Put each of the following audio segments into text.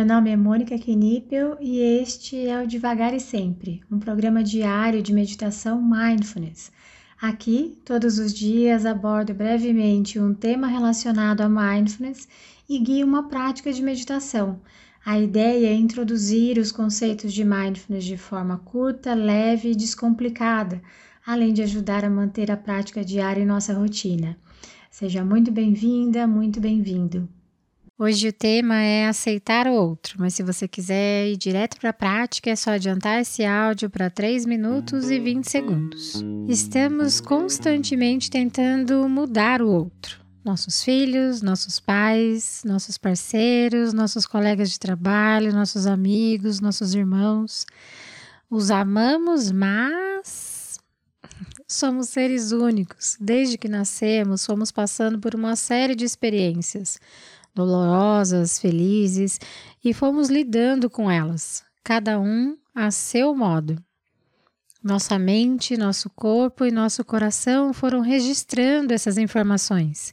nome é Mônica Knippel e este é o Devagar e Sempre, um programa diário de meditação mindfulness. Aqui, todos os dias, abordo brevemente um tema relacionado a mindfulness e guio uma prática de meditação. A ideia é introduzir os conceitos de mindfulness de forma curta, leve e descomplicada, além de ajudar a manter a prática diária em nossa rotina. Seja muito bem-vinda, muito bem-vindo. Hoje o tema é aceitar o outro, mas se você quiser ir direto para a prática, é só adiantar esse áudio para 3 minutos e 20 segundos. Estamos constantemente tentando mudar o outro. Nossos filhos, nossos pais, nossos parceiros, nossos colegas de trabalho, nossos amigos, nossos irmãos. Os amamos, mas somos seres únicos. Desde que nascemos, fomos passando por uma série de experiências dolorosas, felizes, e fomos lidando com elas, cada um a seu modo. Nossa mente, nosso corpo e nosso coração foram registrando essas informações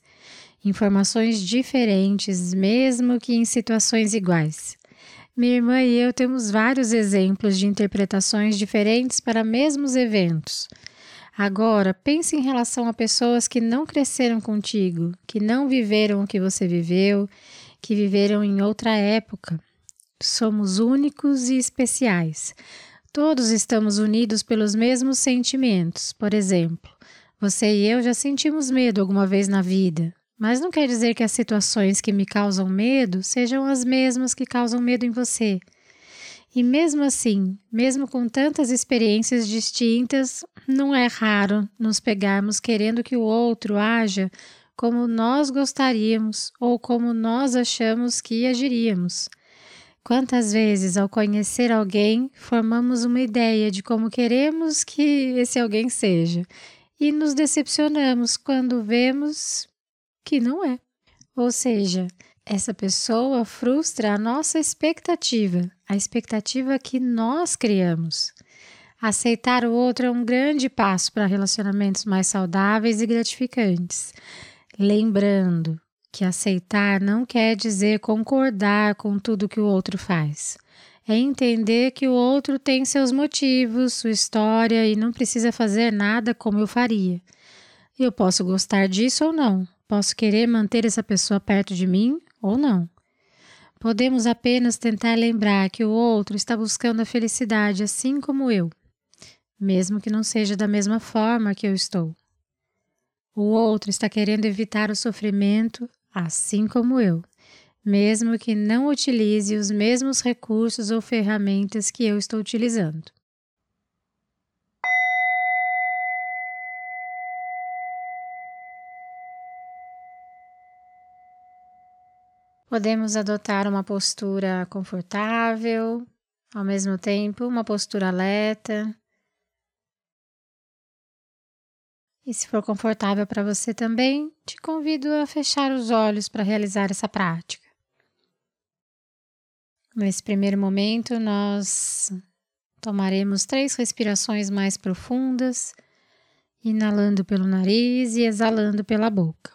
diferentes, mesmo que em situações iguais. Minha irmã e eu temos vários exemplos de interpretações diferentes para mesmos eventos. Agora, pense em relação a pessoas que não cresceram contigo, que não viveram o que você viveu, que viveram em outra época. Somos únicos e especiais. Todos estamos unidos pelos mesmos sentimentos. Por exemplo, você e eu já sentimos medo alguma vez na vida, mas não quer dizer que as situações que me causam medo sejam as mesmas que causam medo em você. E mesmo assim, mesmo com tantas experiências distintas, não é raro nos pegarmos querendo que o outro haja como nós gostaríamos ou como nós achamos que agiríamos. Quantas vezes, ao conhecer alguém, formamos uma ideia de como queremos que esse alguém seja e nos decepcionamos quando vemos que não é. Ou seja, essa pessoa frustra a nossa expectativa, a expectativa que nós criamos. Aceitar o outro é um grande passo para relacionamentos mais saudáveis e gratificantes. Lembrando que aceitar não quer dizer concordar com tudo que o outro faz. É entender que o outro tem seus motivos, sua história e não precisa fazer nada como eu faria. Eu posso gostar disso ou não. Posso querer manter essa pessoa perto de mim ou não. Podemos apenas tentar lembrar que o outro está buscando a felicidade assim como eu, mesmo que não seja da mesma forma que eu estou. O outro está querendo evitar o sofrimento assim como eu, mesmo que não utilize os mesmos recursos ou ferramentas que eu estou utilizando. Podemos adotar uma postura confortável, ao mesmo tempo uma postura alerta. E se for confortável para você também, te convido a fechar os olhos para realizar essa prática. Nesse primeiro momento, nós tomaremos 3 respirações mais profundas, inalando pelo nariz e exalando pela boca.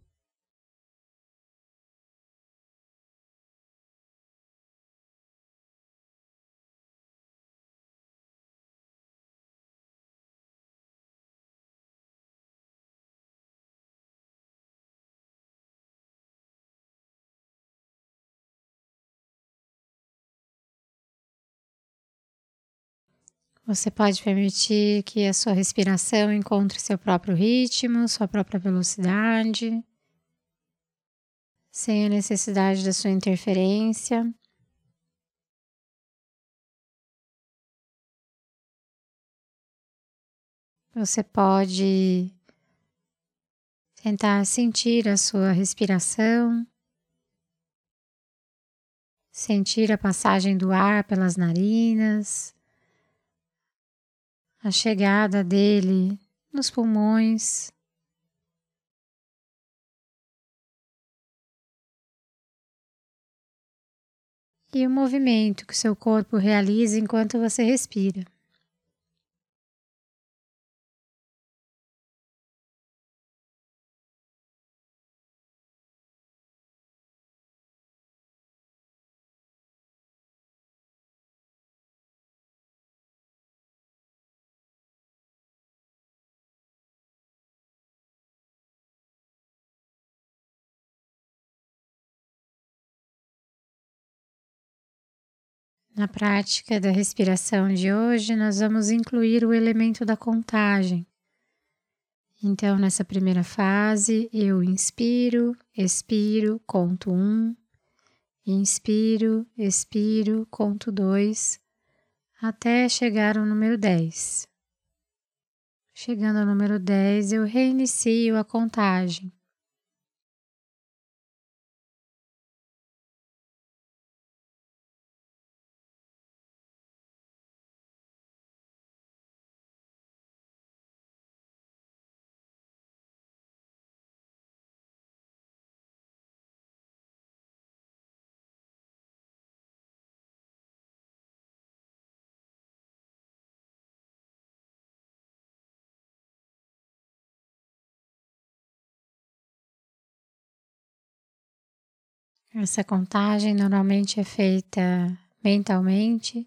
Você pode permitir que a sua respiração encontre seu próprio ritmo, sua própria velocidade, sem a necessidade da sua interferência. Você pode tentar sentir a sua respiração, sentir a passagem do ar pelas narinas, a chegada dele nos pulmões. E o movimento que o seu corpo realiza enquanto você respira. Na prática da respiração de hoje, nós vamos incluir o elemento da contagem. Então, nessa primeira fase, eu inspiro, expiro, conto 1, inspiro, expiro, conto 2, até chegar ao número 10. Chegando ao número 10, eu reinicio a contagem. Essa contagem normalmente é feita mentalmente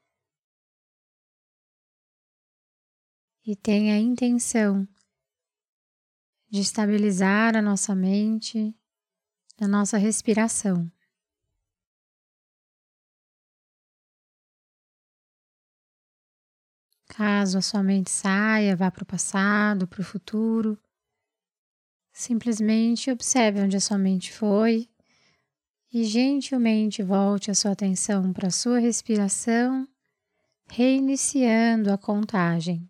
e tem a intenção de estabilizar a nossa mente, a nossa respiração. Caso a sua mente saia, vá para o passado, para o futuro, simplesmente observe onde a sua mente foi e gentilmente volte a sua atenção para a sua respiração, reiniciando a contagem.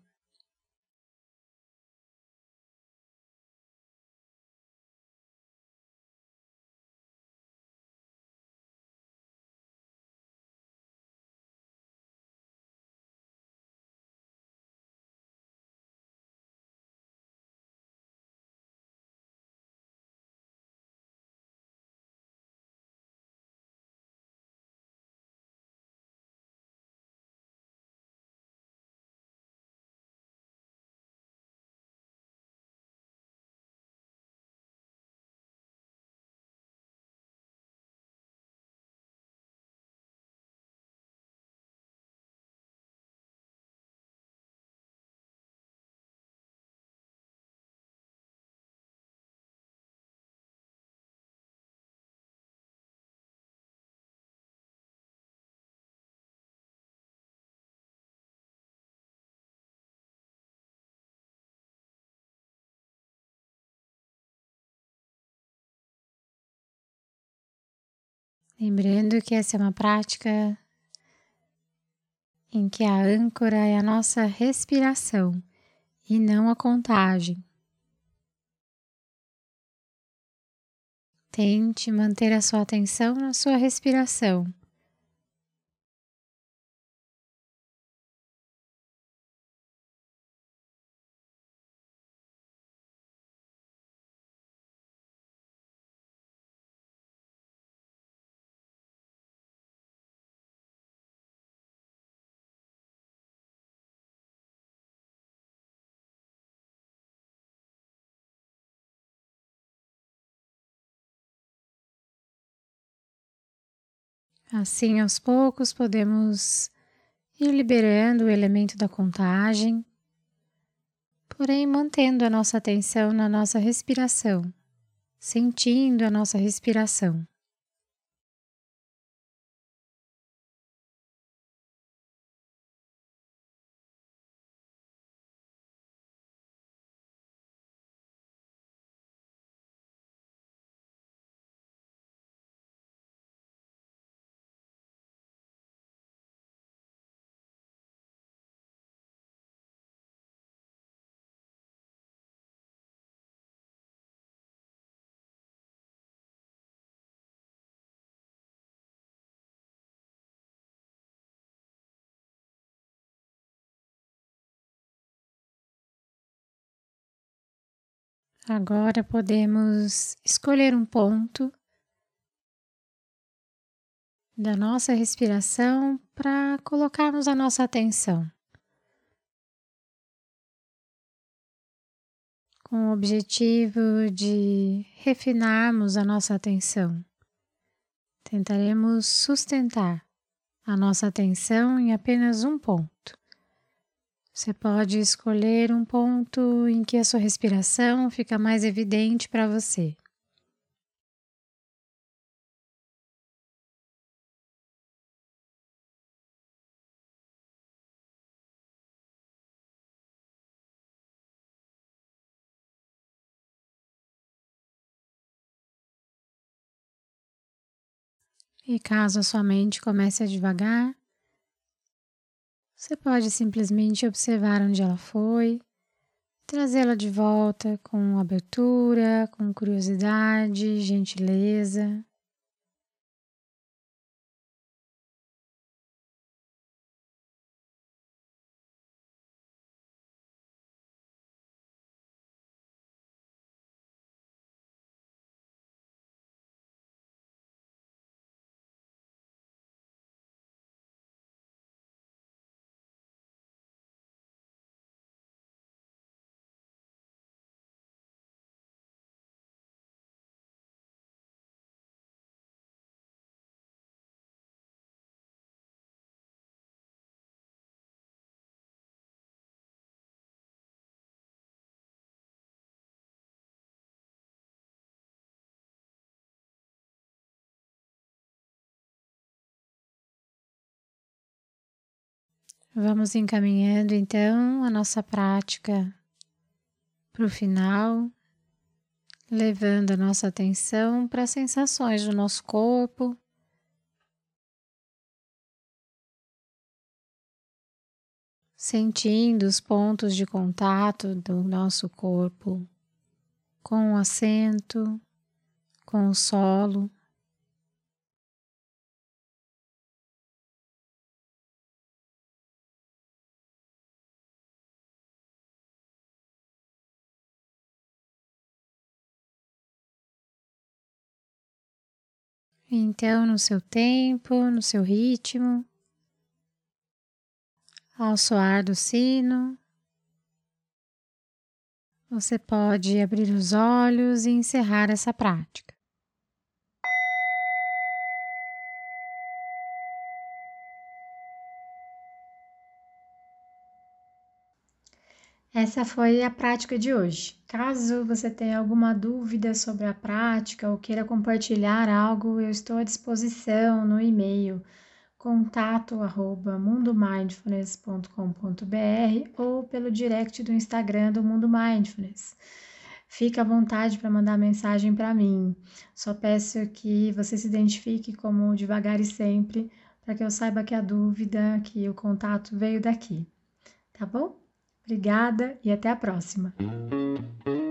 Lembrando que essa é uma prática em que a âncora é a nossa respiração e não a contagem. Tente manter a sua atenção na sua respiração. Assim, aos poucos, podemos ir liberando o elemento da contagem, porém mantendo a nossa atenção na nossa respiração, sentindo a nossa respiração. Agora podemos escolher um ponto da nossa respiração para colocarmos a nossa atenção, com o objetivo de refinarmos a nossa atenção. Tentaremos sustentar a nossa atenção em apenas um ponto. Você pode escolher um ponto em que a sua respiração fica mais evidente para você. E caso a sua mente comece a divagar, você pode simplesmente observar onde ela foi, trazê-la de volta com abertura, com curiosidade, gentileza. Vamos encaminhando então a nossa prática para o final, levando a nossa atenção para as sensações do nosso corpo, sentindo os pontos de contato do nosso corpo com o assento, com o solo. Então, no seu tempo, no seu ritmo, ao soar do sino, você pode abrir os olhos e encerrar essa prática. Essa foi a prática de hoje. Caso você tenha alguma dúvida sobre a prática ou queira compartilhar algo, eu estou à disposição no e-mail contato@mundomindfulness.com.br ou pelo direct do Instagram do Mundo Mindfulness. Fique à vontade para mandar mensagem para mim. Só peço que você se identifique como Devagar e Sempre, para que eu saiba que a dúvida, que o contato veio daqui. Tá bom? Obrigada e até a próxima!